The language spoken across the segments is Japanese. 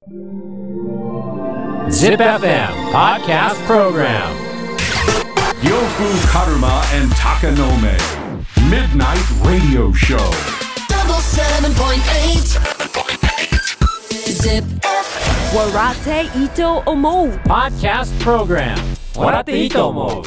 Zip FM Podcast Program Yofu Karuma and Takanome Midnight Radio Show. Double 7.8 Zip Warate Ito Omo Podcast Program 笑っていいと思う。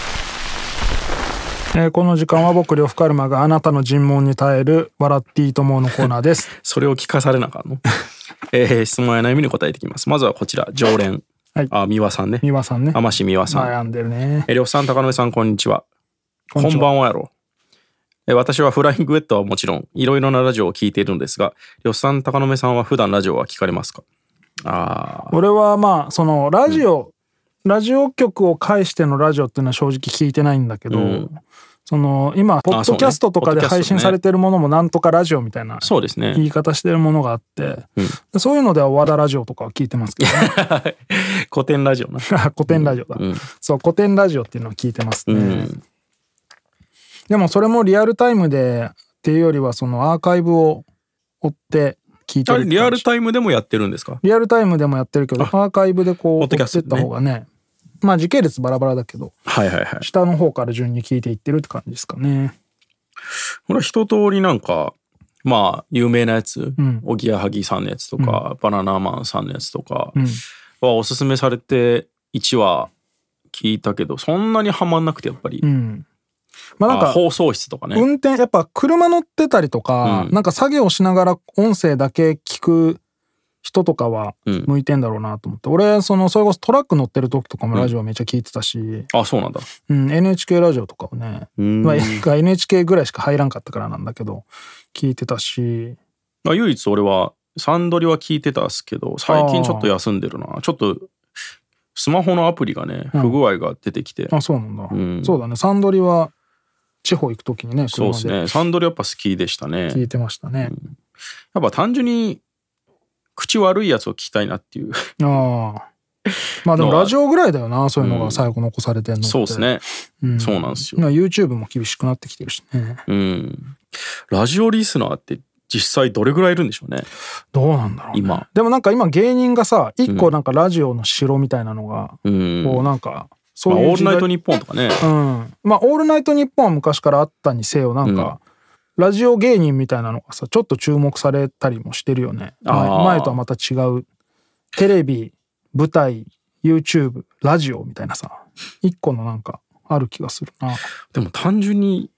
この時間は僕呂布カルマがあなたの尋問に耐える笑っていいと思うのコーナーです。 それを聞かされなあかんの質問や悩みに答えていきます。まずはこちら、常連、 はい、 三輪さんね。 三輪さんね。 天志三輪さん。 悩んでるね。 呂布さん、高野さん、こんにちは。こんばんはやろ。私はフライングウェットはもちろんいろいろなラジオを聞いているのですが、呂布さん、高野さんは普段ラジオは聞かれますか？ 俺はまあそのラジオ局を介してのラジオっていうのは正直聞いてないんだけど、その今ポッドキャストとかで配信されてるものもなんとかラジオみたいな言い方してるものがあって、そういうのでは和田ラジオとかは聞いてますけどね。 古典ラジオな。 古典ラジオだ、そう古典ラジオっていうのは聞いてますね、でもそれもリアルタイムでっていうよりはそのアーカイブを追って聞いてる。 リアルタイムでもやってるんですか？ リアルタイムでもやってるけどアーカイブでこう追ってった方がね、まあ時系列バラバラだけど、下の方から順に聞いていってるって感じですかね。 これは一通りなんかまあ有名なやつ、おぎやはぎさんのやつとか、バナナマンさんのやつとかはおすすめされて1話聞いたけど、そんなにハマんなくてやっぱり、まあなんか放送室とかね、 運転やっぱ車乗ってたりとか、なんか作業しながら音声だけ聞く人とかは向いてんだろうなと思って、俺それこそトラック乗ってる時とかもラジオめっちゃ聞いてたし、 あ、そうなんだ。 NHK ラジオとかをね、まあ NHK ぐらいしか入らんかったからなんだけど聞いてたし、 唯一俺はサンドリは聞いてたっすけど、最近ちょっと休んでるな。ちょっとスマホのアプリがね不具合が出てきて、 あ、そうなんだ、そうだね。サンドリは地方行く時にね、 そうですね、サンドリやっぱ好きでしたね。 聞いてましたね、 やっぱ単純に口悪いやつを聞きたいなっていう。 まあでもラジオぐらいだよな、そういうのが最後残されてんのって。 そうですね、そうなんですよ。 YouTube も厳しくなってきてるしね。 ラジオリスナーって実際どれぐらいいるんでしょうね。 どうなんだろうね。 今でもなんか今芸人がさ、一個なんかラジオの城みたいなのが、こうなんかそういうオールナイトニッポンとかね、 まあオールナイトニッポンは昔からあったにせよ、なんか、ラジオ芸人みたいなのがさちょっと注目されたりもしてるよね。前とはまた違うテレビ、舞台、YouTube、ラジオみたいなさ、一個のなんかある気がするな。 でも単純に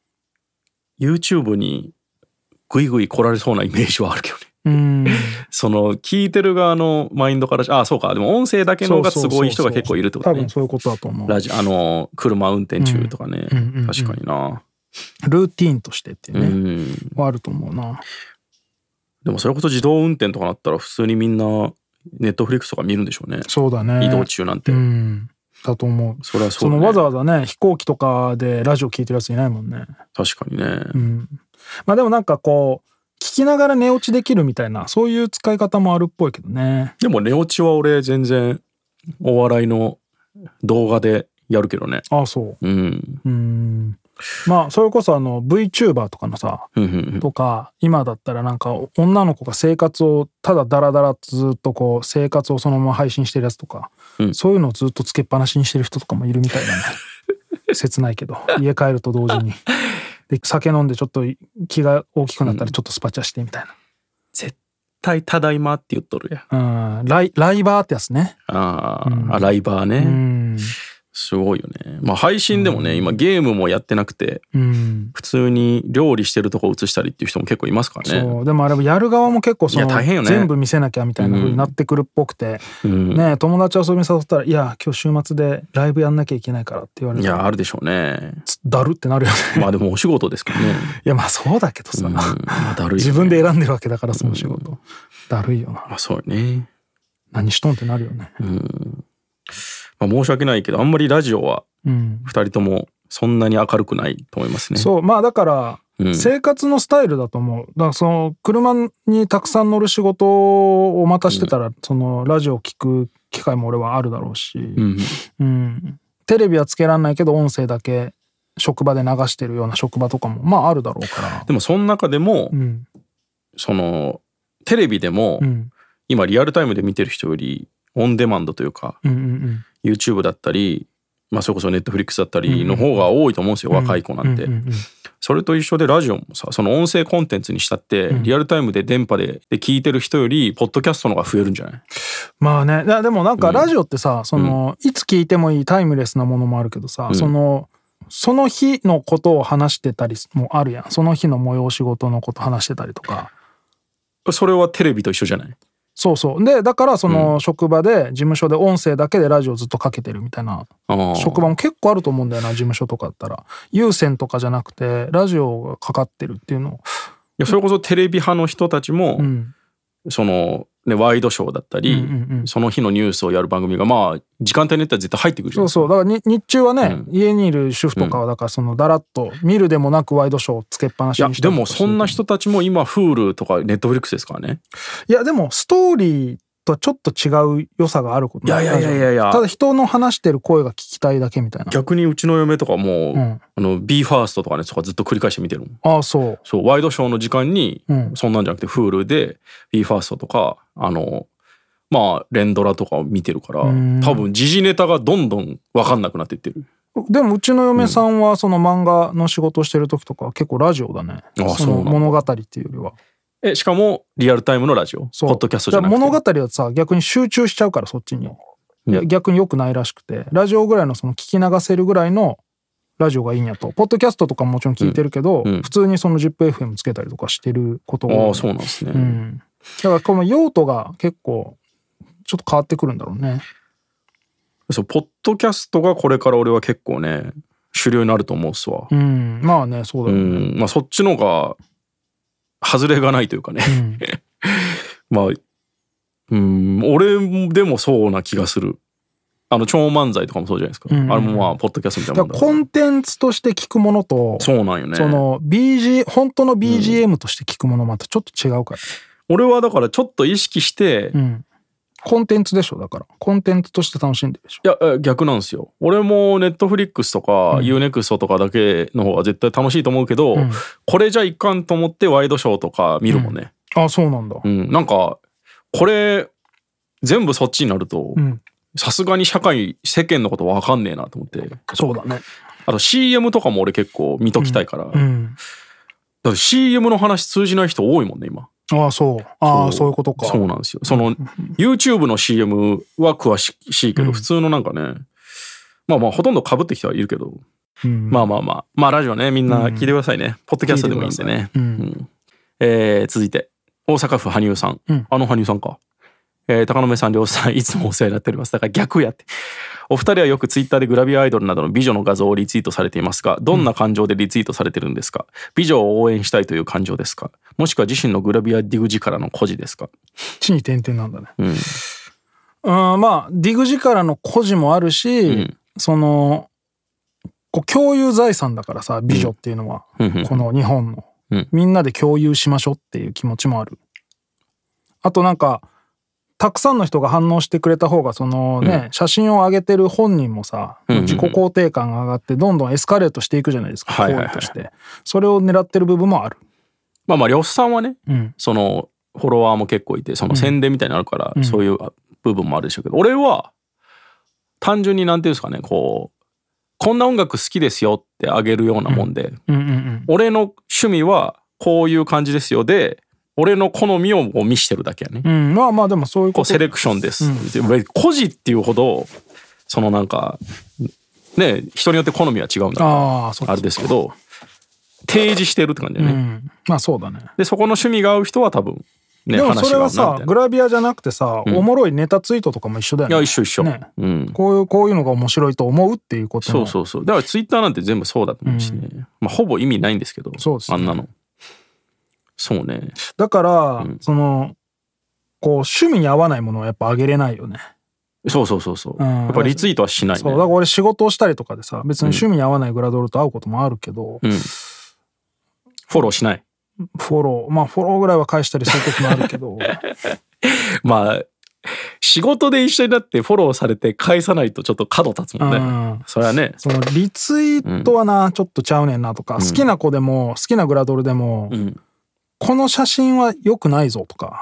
YouTube にグイグイ来られそうなイメージはあるけどね。その聞いてる側のマインドから、そうか、でも音声だけのがすごい人が結構いるってことね。 多分そういうことだと思う。 車運転中とかね、確かにな。 ルーティーンとしてっていうね、はあると思うな。 でもそれこそ自動運転とかなったら普通にみんなネットフリックスとか見るんでしょうね。 そうだね、 移動中なんて、 だと思う。 それはそうだね。 わざわざね飛行機とかでラジオ聞いてるやついないもんね。 確かにね、 まあでもなんかこう聞きながら寝落ちできるみたいな、そういう使い方もあるっぽいけどね。 でも寝落ちは俺全然お笑いの動画でやるけどね。 あ、そう。まあそれこそVTuber とかのさ、とか今だったらなんか女の子が生活をただダラダラずっとこう生活をそのまま配信してるやつとか、そういうのをずっとつけっぱなしにしてる人とかもいるみたいだね。切ないけど家帰ると同時にで酒飲んでちょっと気が大きくなったらちょっとスパチャしてみたいな、 絶対ただいまって言っとるやん。 ライバーってやつね。 ライバーね、すごいよね。まあ配信でもね、今ゲームもやってなくて、普通に料理してるとこ映したりっていう人も結構いますからね。 そう、でもあれやる側も結構大変よね、 全部見せなきゃみたいな風になってくるっぽくて、ね、友達遊びに誘ったら、いや今日週末でライブやんなきゃいけないからって言われて、 いやあるでしょうね。 だるってなるよね。 まあでもお仕事ですからね。 いやまあそうだけどさ、 だるいよね、 自分で選んでるわけだからその仕事、だるいよな。 まあそうね。 何しとんってなるよね。 まあ、申し訳ないけどあんまりラジオは2人ともそんなに明るくないと思いますね。 そう、まあだから生活のスタイルだと思う。だからその車にたくさん乗る仕事をまたしてたら、そのラジオを聞く機会も俺はあるだろうし、テレビはつけらんないけど音声だけ職場で流してるような職場とかもまああるだろうから。 でもその中でも、そのテレビでも、 今リアルタイムで見てる人よりオンデマンドというか、YouTube だったり、まあそれこそ Netflix だったりの方が多いと思うんですよ、若い子なんて。それと一緒でラジオもさ、その音声コンテンツにしたってリアルタイムで電波で聞いてる人よりポッドキャストの方が増えるんじゃない？ まあね、でもなんかラジオってさ、そのいつ聞いてもいいタイムレスなものもあるけどさ、その日のことを話してたりもあるやん。その日の催し事のこと話してたりとか。 それはテレビと一緒じゃない？ そうそう。でだからその職場で事務所で音声だけでラジオずっとかけてるみたいな職場も結構あると思うんだよな、事務所とかだったら。有線とかじゃなくてラジオがかかってるっていうのを。いやそれこそテレビ派の人たちも、そのね、ワイドショーだったり、その日のニュースをやる番組がまあ時間帯によっては絶対入ってくるじゃないですか。 そうそう。だから日中はね、家にいる主婦とかはだからそのだらっと見るでもなくワイドショーをつけっぱなしにして。 いやでもそんな人たちも今 Hulu とか Netflix ですからね。 いやでもストーリーとはちょっと違う良さがあることない。 いやただ人の話してる声が聞きたいだけみたいな。 逆にうちの嫁とかもう、BE:FIRST とかねとかずっと繰り返して見てるもん。 ああそうワイドショーの時間に、そんなんじゃなくて Hulu で BE:FIRST とかまあ連ドラとかを見てるから、多分時事ネタがどんどん分かんなくなっていってる。 でもうちの嫁さんはその漫画の仕事してる時とかは結構ラジオだね。その物語っていうよりは。 しかもリアルタイムのラジオ、ポッドキャストじゃなくて。 物語はさ逆に集中しちゃうからそっちに。いや逆に良くないらしくて、ラジオぐらいのその聞き流せるぐらいのラジオがいいんやと。ポッドキャストとかももちろん聞いてるけど、普通にその ZIPFM つけたりとかしてることが多い。 ああそうなんですね。 だからこの用途が結構ちょっと変わってくるんだろうね。 そうポッドキャストがこれから俺は結構ね主流になると思うっすわ。 まあねそうだよね。 まあそっちのが外れがないというかね、まあ俺でもそうな気がする。超漫才とかもそうじゃないですか、あれもまあポッドキャストみたいなもんだから。 コンテンツとして聞くものと、 そうなんよね、 その本当の BGM として聞くものまたちょっと違うから、 俺はだからちょっと意識して、 コンテンツでしょ。だからコンテンツとして楽しんでるでしょ。 いや逆なんですよ。俺もネットフリックスとか UNEXT とかだけの方が絶対楽しいと思うけど、これじゃいかんと思ってワイドショーとか見るもんね。 あそうなんだ。 なんかこれ全部そっちになるとさすがに世間のこと分かんねえなと思って。 そうだね。 あと CM とかも俺結構見ときたいから、だって CM の話通じない人多いもんね今。 ああそう。ああそういうことか。 そうなんですよ。その YouTube の CM は詳しいけど、普通のなんかね、まあほとんど被ってきてはいるけど、まあラジオねみんな聞いてくださいね。ポッドキャストでもいいんでね。続いて大阪府羽生さん、羽生さんか。高野さん、りょうさん、いつもお世話になっております。だから逆やって。お二人はよくツイッターでグラビアアイドルなどの美女の画像をリツイートされていますが、どんな感情でリツイートされてるんですか？美女を応援したいという感情ですか？もしくは自身のグラビアディグ字からの孤児ですか？ 地に点々なんだね。まあディグ字からの孤児もあるし、その共有財産だからさ、美女っていうのは、この日本の、みんなで共有しましょうっていう気持ちもある。あとなんかたくさんの人が反応してくれた方がそのね、写真を上げてる本人もさ、自己肯定感が上がってどんどんエスカレートしていくじゃないですか、行為として。それを狙ってる部分もある。まあ呂布さんはね、そのフォロワーも結構いて、その宣伝みたいになるから、そういう部分もあるでしょうけど、俺は単純になんていうんですかね、こんな音楽好きですよってあげるようなもんで、俺の趣味はこういう感じですよで、俺の好みを見してるだけやね。 まあでもそういうこと。 セレクションです。孤児っていうほどそのなんかね、人によって好みは違うんだからあれですけど、提示してるって感じだね。 まあそうだね。 でそこの趣味が合う人は多分ね、 でもそれはさグラビアじゃなくてさ、おもろいネタツイートとかも一緒だよね。 いや一緒、 ね、こういうのが面白いと思うっていうことも。 そうだからツイッターなんて全部そうだと思うしね、ほぼ意味ないんですけど、あんなの。そうね。 だから、その趣味に合わないものはやっぱあげれないよね。 そう、やっぱリツイートはしないね。 そうだから俺仕事をしたりとかでさ、別に趣味に合わないグラドルと会うこともあるけど、 フォローしない。 フォローぐらいは返したりする時もあるけどまあ仕事で一緒になってフォローされて返さないとちょっと角立つもんね。それはね。 そのリツイートはな、ちょっとちゃうねんなとか、好きな子でも好きなグラドルでも、この写真は良くないぞとか、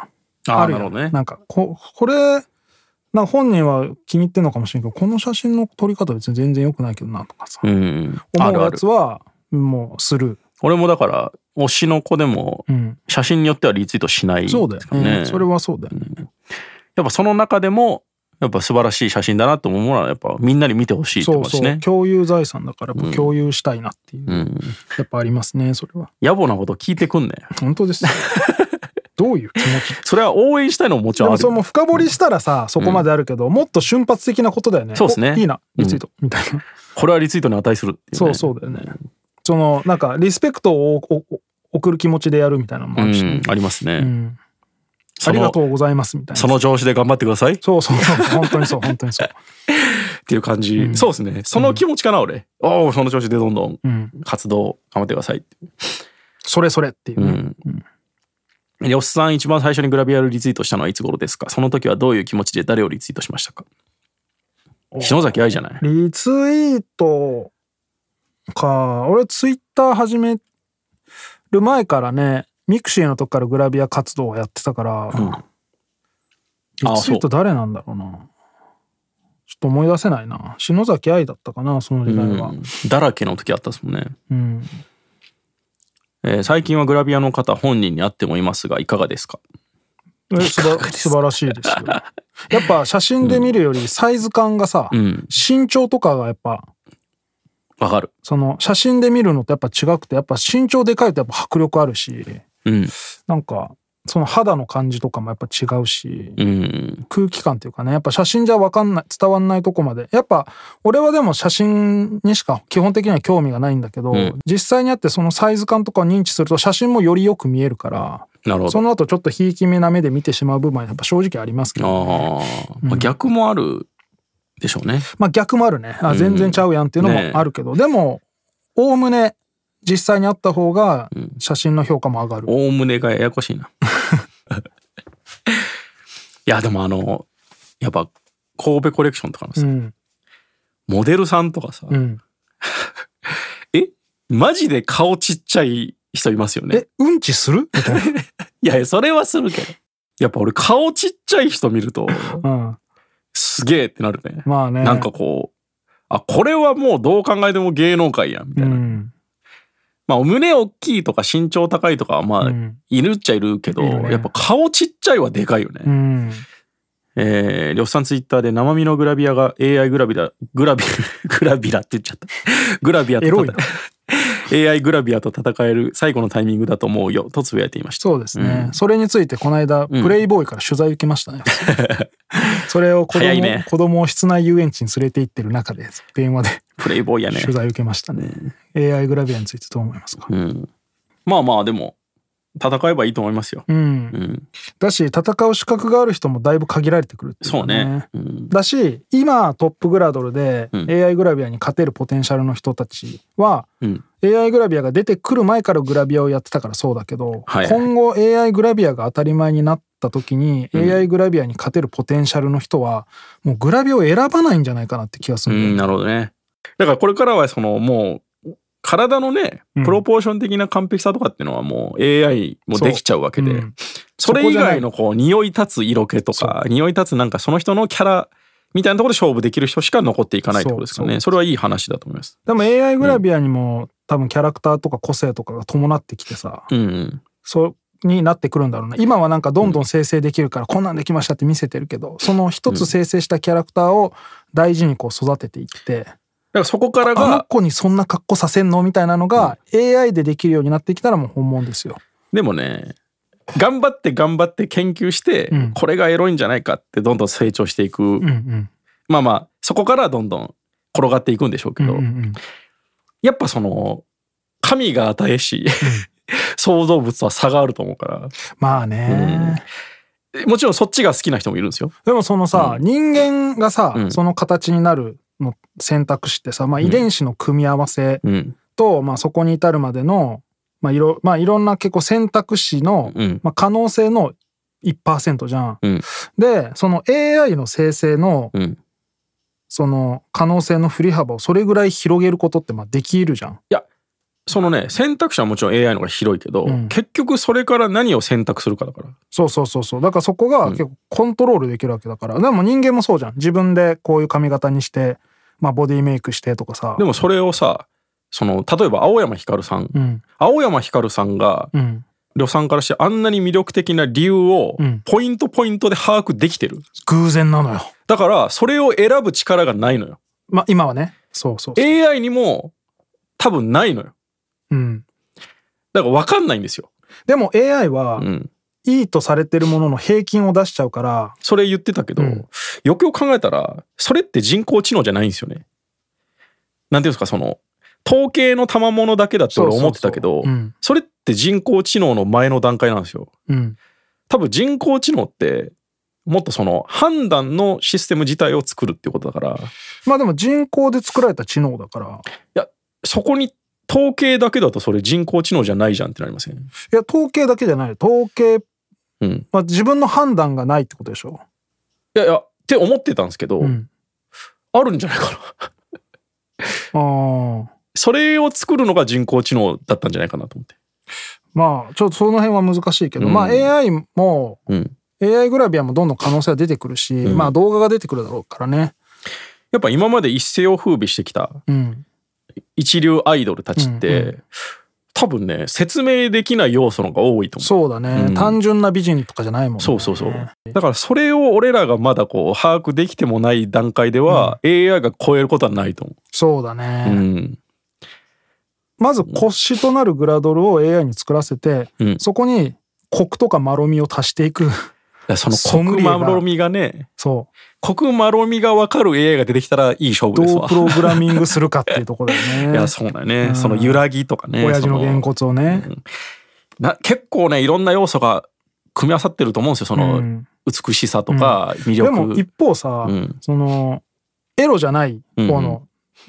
あるよなるほどね。 なんかこれなんか本人は気に入ってんのかもしれんけど、この写真の撮り方別に全然良くないけどなとかさ、思うやつはもうスルー。 俺もだから推しの子でも写真によってはリツイートしないですかね。 そうだよね。それはそうだよね。 やっぱその中でもやっぱ素晴らしい写真だなと思うのはやっぱみんなに見てほしいってことですね。 そう共有財産だからやっぱ共有したいなっていう、やっぱありますね。それは野暮なこと聞いてくんね。 本当ですどういう気持ち？ それは応援したいのももちろんある。 でもそれも深掘りしたらさ、そこまであるけど、もっと瞬発的なことだよね。 そうですね。 いいなリツイート、みたいな。 これはリツイートに値するっていうね。 そうだよね。そのなんかリスペクトを送る気持ちでやるみたいなのもあるし、ね、 ありますね、 ありがとうございますみたいな。 その調子で頑張ってください。 そう本当にそうっていう感じ、そうですね。その気持ちかな、俺。その調子でどんどん活動頑張ってくださいって、それっていうね。 リョスさん一番最初にグラビアをリツイートしたのはいつ頃ですか？その時はどういう気持ちで誰をリツイートしましたか？篠崎愛じゃない？ リツイートか。俺ツイッター始める前からね、ミクシーの時からグラビア活動をやってたから、リツイート誰なんだろうな。ちょっと思い出せないな。篠崎愛だったかな、その時代は。 だらけの時あったですもんね。最近はグラビアの方本人に会ってもいますがいかがですか？ 素晴らしいですよ。やっぱ写真で見るよりサイズ感がさ、身長とかがやっぱわかる。 その写真で見るのとやっぱ違くて、やっぱ身長でかいとやっぱ迫力あるし、なんかその肌の感じとかもやっぱ違うし、空気感っていうかね、やっぱ写真じゃ分かんない、伝わんないとこまで、やっぱ俺はでも写真にしか基本的には興味がないんだけど、実際にあってそのサイズ感とかを認知すると写真もよりよく見えるから、なるほど。その後ちょっとひいき目な目で見てしまう部分はやっぱ正直ありますけど、ね、 逆もあるでしょうね。 逆もあるね。全然ちゃうやんっていうのもあるけど、でもおおむね実際にあった方が写真の評価も上がる。 おおむねがややこしいな。いやでもやっぱ神戸コレクションとかのさ、モデルさんとかさ、マジで顔ちっちゃい人いますよね。 うんちするみたいな。 いやそれはするけど、やっぱ俺顔ちっちゃい人見ると、すげえってなるね。 まあね。 なんかこう、これはもうどう考えても芸能界やんみたいな。胸大きいとか身長高いとかはいるっちゃいるけど、やっぱ顔ちっちゃいはでかいよね。りょっさんツイッターで生身のグラビアが AI グラビラって言っちゃった。グラビアとAI グラビアと戦える最後のタイミングだと思うよとつぶやいていました。 そうですね。それについてこの間プレイボーイから取材受けましたね。それを子供を室内遊園地に連れて行ってる中で電話でプレイボーイやね。 取材受けましたね。AI グラビアについてどう思いますか？ まあでも戦えばいいと思いますよ。 だし戦う資格がある人もだいぶ限られてくるっていうかね。 そうね。 だし今トップグラドルで AI グラビアに勝てるポテンシャルの人たちは、AI グラビアが出てくる前からグラビアをやってたからそうだけど、今後 AI グラビアが当たり前になった時に、AI グラビアに勝てるポテンシャルの人はもうグラビアを選ばないんじゃないかなって気がするんだよね。 なるほどね。だからこれからはもう体のねプロポーション的な完璧さとかっていうのはもう AI もできちゃうわけで、それ以外のこう匂い立つ色気とか匂い立つなんかその人のキャラみたいなところで勝負できる人しか残っていかないってことですかね。それはいい話だと思います。 でも AI グラビアにも多分キャラクターとか個性とかが伴ってきてさ、そうになってくるんだろうね。今はなんかどんどん生成できるからこんなんできましたって見せてるけど、その一つ生成したキャラクターを大事にこう育てていって、 だからそこからがあの子にそんな格好させんのみたいなのが AI でできるようになってきたらもう本物ですよ。 でもね頑張って研究して、これがエロいんじゃないかってどんどん成長していく、まあそこからどんどん転がっていくんでしょうけど、やっぱその神が与えし、創造物は差があると思うから。 まあね、 もちろんそっちが好きな人もいるんですよ。 でもそのさ、人間がさ、その形になるの選択肢ってさ、遺伝子の組み合わせと、そこに至るまでの、いろんな結構選択肢の、可能性の 1% じゃん。でその AI の生成の、その可能性の振り幅をそれぐらい広げることってできるじゃん。いやそのね選択肢はもちろん AI の方が広いけど、結局それから何を選択するかだから。 そうだからそこが結構コントロールできるわけだから、でも人間もそうじゃん。自分でこういう髪型にして、まあ、ボディメイクしてとかさ。 でもそれをさ、その例えば青山ひかるさん、青山ひかるさんが、呂さんからしてあんなに魅力的な理由をポイントポイントで把握できてる。 偶然なのよ。 だからそれを選ぶ力がないのよ。 まあ今はね。そう AI にも多分ないのよ。だから分かんないんですよ。 でも AI は、いいとされてるものの平均を出しちゃうから。 それ言ってたけど、よくよく考えたらそれって人工知能じゃないんですよね。なんていうんですか、その統計の賜物だけだって俺思ってたけど、それって人工知能の前の段階なんですよ。多分人工知能ってもっとその判断のシステム自体を作るってことだから。 まあでも人工で作られた知能だから。いや、そこに統計だけだとそれ人工知能じゃないじゃんってなりません？いや、統計だけじゃない。統計、まあ、自分の判断がないってことでしょ。 いやって思ってたんですけど、あるんじゃないかな。それを作るのが人工知能だったんじゃないかなと思って。 まあちょっとその辺は難しいけど、まあ AI も、AI グラビアもどんどん可能性は出てくるし、まあ動画が出てくるだろうからね。やっぱ今まで一世を風靡してきた一流アイドルたちって、多分ね説明できない要素の方が多いと思う。 そうだね、単純な美人とかじゃないもんね。 そうだからそれを俺らがまだこう把握できてもない段階では、AI が超えることはないと思う。そうだね、まず骨子となるグラドルを AI に作らせて、そこにコクとかまろみを足していく。そのコクまろみがね、コクまろみが分かる AI が出てきたらいい勝負ですわ。どうプログラミングするかっていうところだよね。いやそうだね、その揺らぎとかね、親父のげんこつをね、結構ねいろんな要素が組み合わさってると思うんですよ。その美しさとか魅力、でも一方さ、そのエロじゃない方の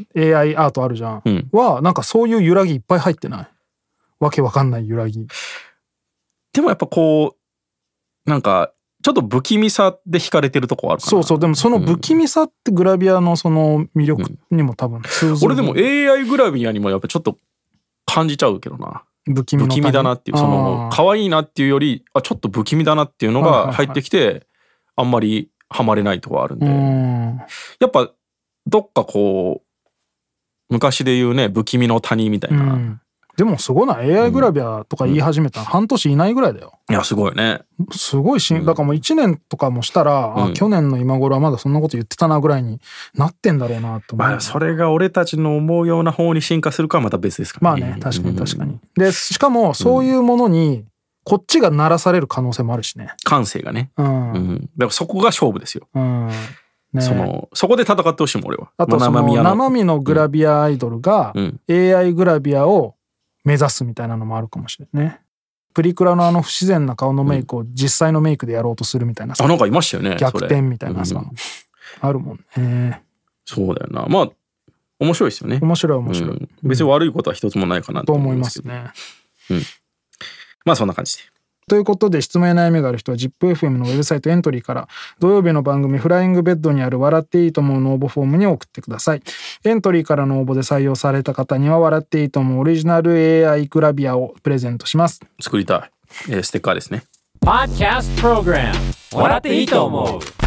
AI アートあるじゃん、はなんかそういう揺らぎいっぱい入ってない？わけわかんない揺らぎ。でもやっぱこうなんかちょっと不気味さで惹かれてるとこあるかな。そうでもその不気味さってグラビアのその魅力にも多分通ずる、俺でも AI グラビアにもやっぱちょっと感じちゃうけどな。不気味だなっていう、その可愛いなっていうよりちょっと不気味だなっていうのが入ってきて、あんまりハマれないとこあるんで、やっぱどっかこう昔で言うね不気味の谷みたいな、でもすごいな、 AI グラビアとか言い始めたの半年以内ぐらいだよ。いやすごいね、すごいだからもう1年とかもしたら、去年の今頃はまだそんなこと言ってたなぐらいになってんだろうなと思う。まあそれが俺たちの思うような方に進化するかはまた別ですからね。まあね、確かに確かに。でしかもそういうものにこっちが鳴らされる可能性もあるしね、感性がね。だからそこが勝負ですよ。そこで戦ってほしいもん俺は。あとその生身のグラビアアイドルが AI グラビアを目指すみたいなのもあるかもしれないね。プリクラの不自然な顔のメイクを実際のメイクでやろうとするみたいなさ、なんかいましたよね、逆転みたいなさ、あるもんね。そうだよな。まあ面白いですよね。面白い、別に悪いことは一つもないかなと思いますね。まあそんな感じで。ということで、質問や悩みがある人は ZIPFM のウェブサイトエントリーから土曜日の番組フライングベッドにある笑っていいと思うの応募フォームに送ってください。エントリーからの応募で採用された方には笑っていいと思うオリジナル AI グラビアをプレゼントします。作りたい、ステッカーですね。 Podcast Program 笑っていいと思う。